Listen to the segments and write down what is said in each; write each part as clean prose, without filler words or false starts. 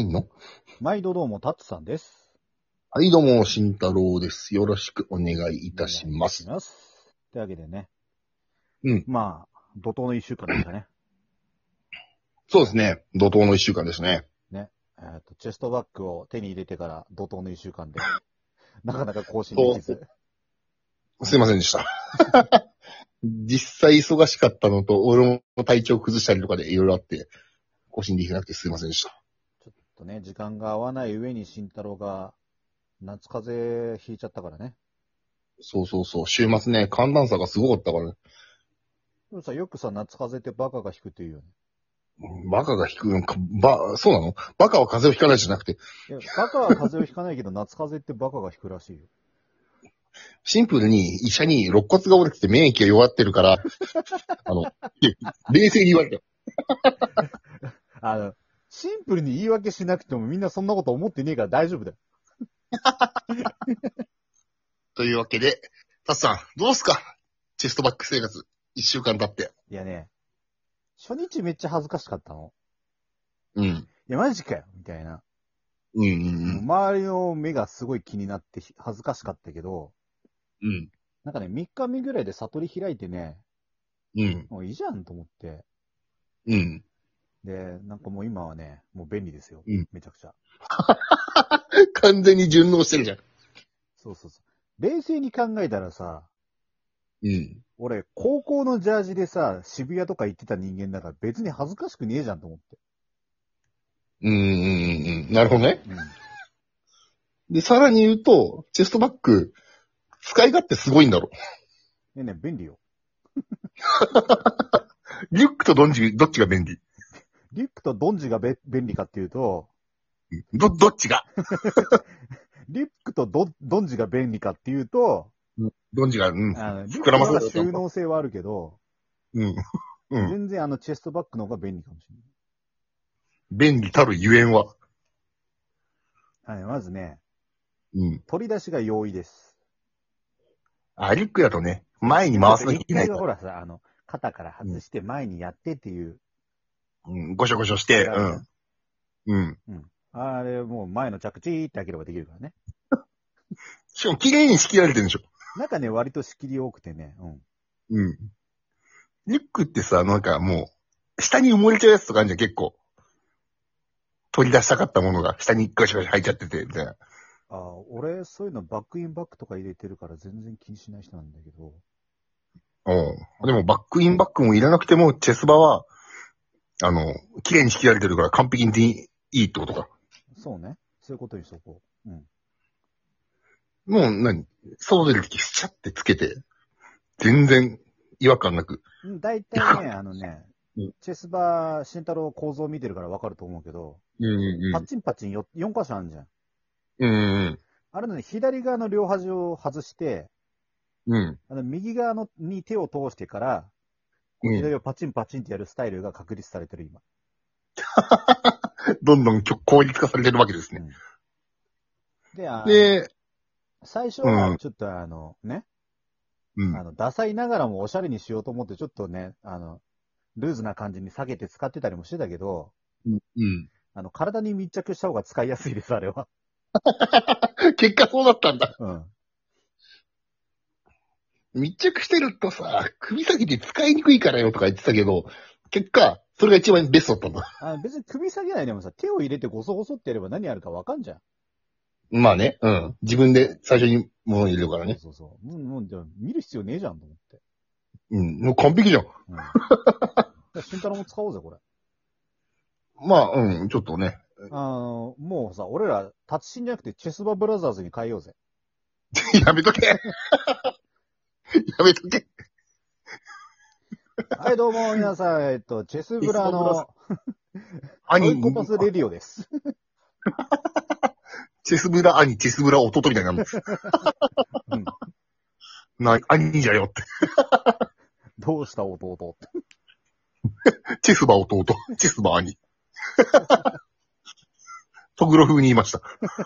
んの？ 毎度どうも、タッツさんです。 はい、どうも、慎太郎です。よろしくお願いいたしお願いいます。 たします。というわけでね、 うん。 まあ、怒涛の一週間でしたね。 そうですね。怒涛の一週間ですね。 ね。チェストバッグを手に入れてから怒涛の一週間で、なかなか更新できず。 すいませんでした。実際忙しかったのと、俺も体調崩したりとかでいろいろあって、更新できなくてすいませんでした。 ちょっとね、時間が合わない上に慎太郎が夏風邪ひいちゃったからね。 そうそうそう。週末ね、寒暖差がすごかったからね。 でもさ、よくさ、夏風邪ってバカがひくって言うよね。 バカが引くのか、そうなの？バカは風邪をひかないじゃなくて、 いや、バカは風邪をひかないけど、夏風邪ってバカがひくらしいよ。 シンプルに医者に肋骨が折れてて免疫が弱ってるから、あの、冷静に言われた。 あの、シンプルに言い訳しなくてもみんなそんなこと思ってねえから大丈夫だよ。 というわけで、タツさん、どうすか？チェストバック生活、一週間経って。 いやね、初日めっちゃ恥ずかしかったの。 うん。 いや、マジかよみたいな。 うんうんう。 もうん周りの目がすごい気になって恥ずかしかったけど、 うん。 なんかね、3日目ぐらいで悟り開いてね、 うん。 もういいじゃんと思って。 うん。 で、なんかもう今はね、もう便利ですよ。 うん。 めちゃくちゃ。 完全に順応してるじゃん。 そうそうそう。冷静に考えたらさ、 うん。 俺、高校のジャージでさ、渋谷とか行ってた人間だから別に恥ずかしくねえじゃんと思って。 うんうんうん。なるほどね。 うん。 で、さらに言うと、チェストバッグ、使い勝手すごいんだろ。 でね、便利よ。 リュックとどっちが便利？ リュックとドンジが便利かっていうと、 どっちが？ リュックとドンジが便利かっていうと、 どっちが、うん。 リュッ膨らクの方がませる収納性はあるけど、 うん。うん。 全然チェストバッグの方が便利かもしれ便利たるゆえんは。 ない。はい、まずね、 うん。 取り出しが容易です。 あ、リュックだとね、前に回さなきゃいけないから。 一回ほらさ、肩から外して前にやってっていう、 うん。ごしょごしょして、 あるじゃん。 うん。 うん。あれ、もう前の着地って開ければできるからね。 しかも綺麗に仕切られてるんでしょ。 中ね、割と仕切り多くてね、うん。 うん。リュックってさ、なんかもう、下に埋もれちゃうやつとかあるじゃん、結構。取り出したかったものが下にガシャガシャ入っちゃってて、みたいな。 俺、そういうのバックインバックとか入れてるから全然気にしない人なんだけど。 うん。でもバックインバックもいらなくても、チェスバは、綺麗に仕切られてるから完璧にいいってことか。 そうね。そういうことにしとこう。うん。 もう外出るときスチャってつけて、全然違和感なく。 大体ね、 うんチェスバー、慎太郎構造見てるからわかると思うけど、 うんパッチンパッチン4箇所あるじゃん。 うん。うんあれのね、左側の両端を外して、 うん。 右側に手を通してから、こう左をパチンパチンってやるスタイルが確立されてる、今。 どんどん効率化されてるわけですね。 で、 で、 最初うん。 はちょっとね、 うん。 ダサいながらもおしゃれにしようと思って、ちょっとね、ルーズな感じに下げて使ってたりもしてたけど、 うん。 体に密着した方が使いやすいです、あれは。 結果そうだったんだ。 うん。 密着してるとさ、首先で使いにくいからよとか言ってたけど、結果、それが一番ベストだったんだ。 別に首下げないでもさ、手を入れてゴソゴソってやれば何あるかわかんじゃん。 まあね、うん。自分で最初に物を入れるからね。 そうそうそう。もう、じゃあ見る必要ねえじゃんと思って。 うん。もう完璧じゃん。 うん。慎太郎も使おうぜ、これ。 まあ、うん、ちょっとね。 もうさ、俺ら、達人じゃなくてチェスバブラザーズに変えようぜ。 やめとけ。やめとけ。 はい、どうも、皆さん、チェスブラの、ソイコパスレディオです。 チェスブラ兄、チェスブラ弟みたいなの。 うん。 兄じゃよって。 どうした弟って。 チェスバ弟、チェスバ兄。トグロ風に言いました。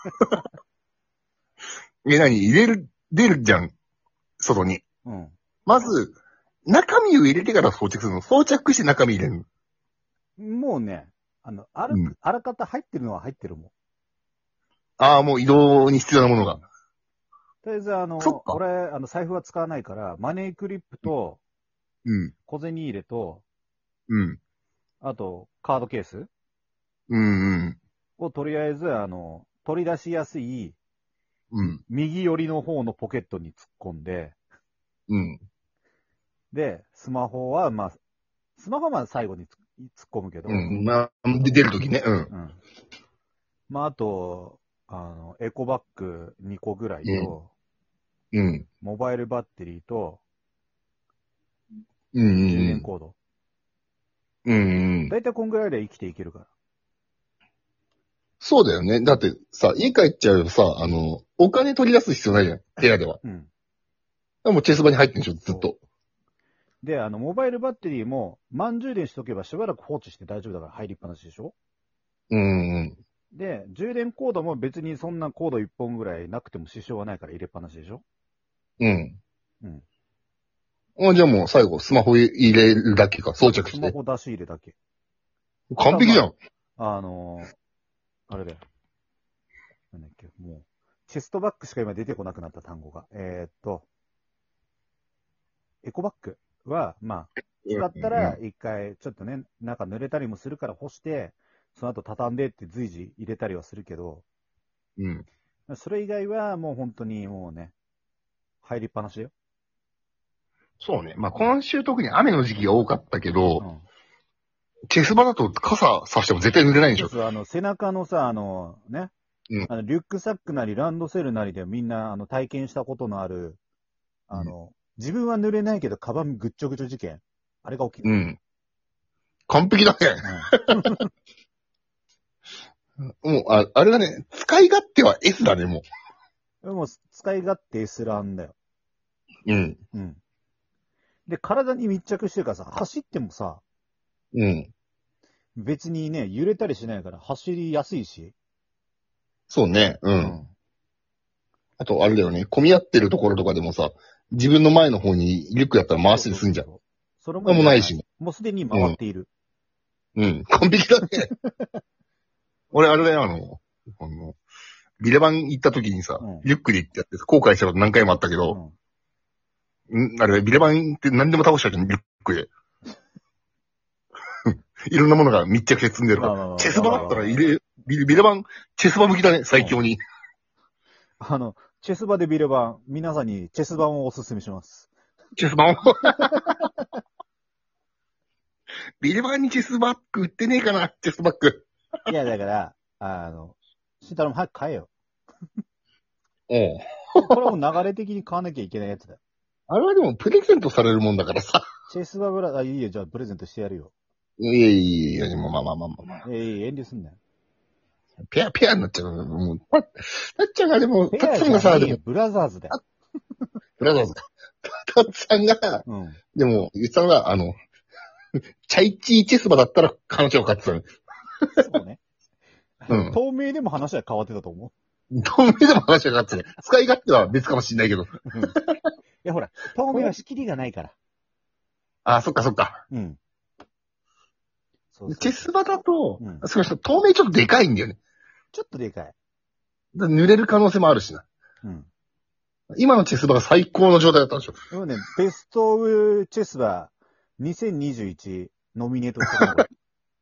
出るじゃん。外に。 うん。 まず、中身を入れてから装着するの。装着して中身入れるの。 もうね、 うん。 あらかた入ってるのは入ってるもん。 ああ、もう移動に必要なものが。 とりあえず、 そっか。 俺、財布は使わないから、マネークリップと、 うん。 小銭入れと、 うん。 あと、カードケースうん。うん。 をとりあえず、取り出しやすい、 うん。 右寄りの方のポケットに突っ込んで、 うん。 で、スマホはまあ最後に突っ込むけど、 うん。まあ、で出るときね。うん。 うん。まあ、あと、エコバッグ2個ぐらいと、 うん。 モバイルバッテリーと、 うん。う充電ん。 コード。 うん。 だいたいこんぐらいで生きていけるから。 そうだよね。だってさ、家帰っちゃうとさ、お金取り出す必要ないじゃん。部屋では。 うん。 もうチェス場に入ってんでしょ、ずっと。 で、モバイルバッテリーも、満充電しとけばしばらく放置して大丈夫だから入りっぱなしでしょ。 うん。 で、充電コードも別にそんなコード1本ぐらいなくても支障はないから入れっぱなしでしょ。 うん。 うん。 じゃあもう最後、スマホ入れるだけか、装着して。 スマホ出し入れだけ。 完璧じゃん。 あれだよ。なんだっけ、もう、チェストバッグしか今出てこなくなった単語が。エコバッグは、まあ、使ったら一回、ちょっとね、中濡れたりもするから干して、その後畳んでって随時入れたりはするけど、 うん。 それ以外はもう本当にもうね、入りっぱなしだよ。 そうね。まあ今週特に雨の時期が多かったけど、 うん。 チェス場だと傘さしても絶対濡れないんでしょ。 そうそう、背中のさ、 うん。 リュックサックなりランドセルなりでみんな、体験したことのある、自分は濡れないけど、カバンぐっちょぐちょ事件。あれが起きる。 うん。完璧だね。もう、あれだね、使い勝手は S だね、もうん。もう、使い勝手スランだよ。 う。うん。 うん。で、体に密着してるからさ、走ってもさ、 うん。 別にね、揺れたりしないから走りやすいし。 そうね。う。 うん。 あと、あれだよね、混み合ってるところとかでもさ、自分の前の方にリュックやったら回したりすんじゃん。 そうそうそう。それそれもないしね。 もうすでに回っている。 うん。完璧だね。俺、あれだよ、ビレバン行った時にさ、 うんリュックで行ってやって後悔したこと何回もあったけど、あれ、ビレバンって何でも倒しちゃうじゃん、リュックで。いろんなものが密着して積んでるかまあまあまあら。チェス場だったらビレバン、チェス場向きだね、最強に。 チェス場でビレバン、皆さんにチェス盤をおすすめします。 チェス場を。ビレバンにチェスバッグ売ってねえかな、チェスバッグ。 いや、だから、慎太郎も早く買えよ。 おう。 これはもう流れ的に買わなきゃいけないやつだよ。 あれはでもプレゼントされるもんだからさ。 チェスバいいよ、じゃあプレゼントしてやるよ。 いやいやいや、でもまあまあまあまあまあ。 遠慮すんなよ。 ペアになっちゃう。もう、たっちゃんがでも、たっペアちゃんがさ、でもじゃねえよ、、ブラザーズだよ。 ブラザーズか。たっちゃんが、 うん。 でも、言ってたのが、チャイチーチェスバだったら彼女を買ってたの。 そうね。 うん透明でも話は変わってたと思透明でも話がかってね。使い勝手は別かもしんないけど。 う。うん。いや、ほら、透明は仕切りがないから。 あ、そっかそっか。 うん。そうそうチェスバだと、 うんそうそう、透明ちょっとでかいんだよね。 ちょっとでかい。 だから濡れる可能性もあるしな。 うん。 今のチェスバが最高の状態だったんでしょ。 でもね、ベストオブチェスは2021ノミネートしてるのこ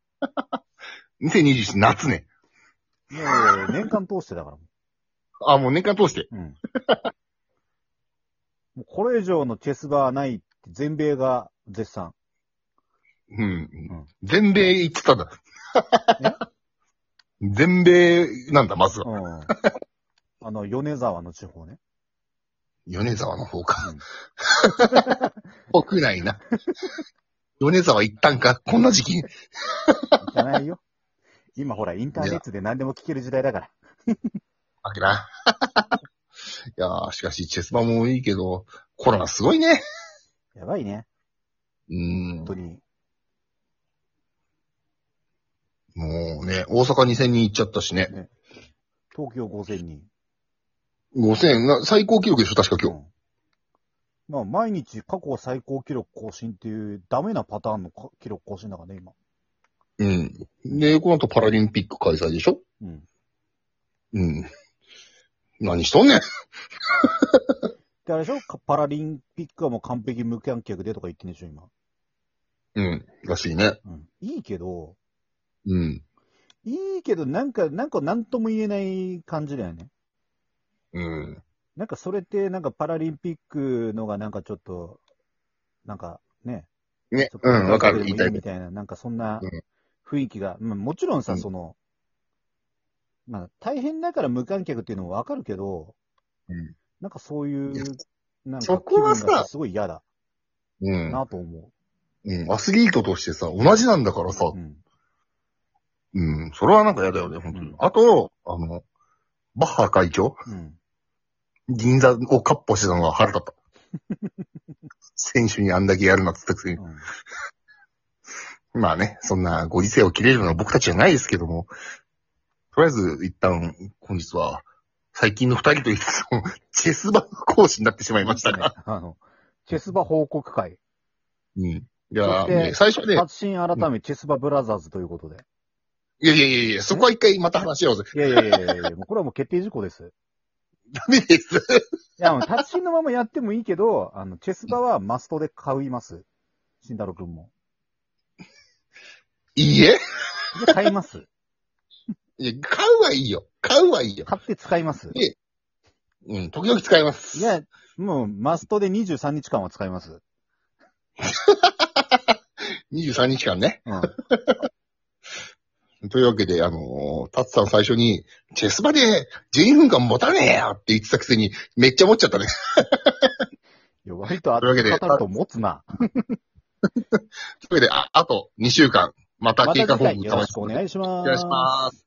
2021夏ね。 れもう年間通してだから。 あ、もう年間通して。 うん。もうこれ以上のチェスバーはないって全米が絶賛。 うん。全米行ってたんだ。全米なんだ、まずは。 うん。米沢の地方ね。 米沢の方か。 うん。 国内な。米沢行ったんか、こんな時期に。 行かないよ。今ほら、インターネットで何でも聞ける時代だから。 あけな。いやー、しかし、チェスバもいいけど、コロナすごいね。 やばいね。 本本当に。 もうね、大阪2000人行っちゃったしね。 ね東京5000人。 5000が最高記録でしょ、確か今日。 うんまあ、毎日過去最高記録更新っていうダメなパターンの記録更新だからね、今。 うん。で、この後パラリンピック開催でしょ？ うん。 うん。何しとんねん。 で、あれでしょパラリンピックはもう完璧無観客でとか言ってんでしょ、今。 うん。らしいね。 うん。いいけど、 うん。 なんとも言えない感じだよね。 うん。 なんかそれって、なんかパラリンピックのがなんかちょっと、なんかね、 ね。 ちょっと無うん、わかる。 観客でもい言いたいこと。 いみたいな、なんかそんなうん。 雰囲気が、まあ、もちろんさ、 うん。 まあ大変だから無観客っていうのもわかるけど、 うん。 なんかそういや、 いう、なんそか気こはさ、 分がしてすごい嫌だうん。 なと思うん。アスリートとしてさ、同じなんだからさ、 う。うん。 うん。それはなんか嫌だよね、本当に。 うん。 あと、バッハ会長うん。 銀座をカッポしてたのが腹立った。選手にあんだけやるなって言ったくせに。 うん。 まあね、そんなご時世を切れるのは僕たちじゃないですけども、とりあえず一旦本日は、最近の二人というと、チェスバ講師になってしまいましたねが。、 チェスバ報告会。 うん。いやー、 そして、 ね、最初ね、 発信改めチェスバブラザーズということで。 いやいやいやいや、そこは一回また話し合おうぜ。 いやいやいやいやもうこれはもう決定事項です。 ダメです。 いや、もう達人のままやってもいいけど、チェスバはマストで買います。慎太郎くんも。 いいえ。 いや、買います。 いや、買うはいいよ。買うはいいよ。 買って使います。 で、うん、時々使います。 いや、もうマストで23日間は使います。 23日間ね。 うん。 というわけで、タツさん最初に、チェス場で12分間持たねえよって言ってたくせに、めっちゃ持っちゃったね。 いや、割とというわけで、 語ると持つな。 というわけで、あと2週間、またま経過報た次回よろ告たまにしくお願いしお願いします。 ます。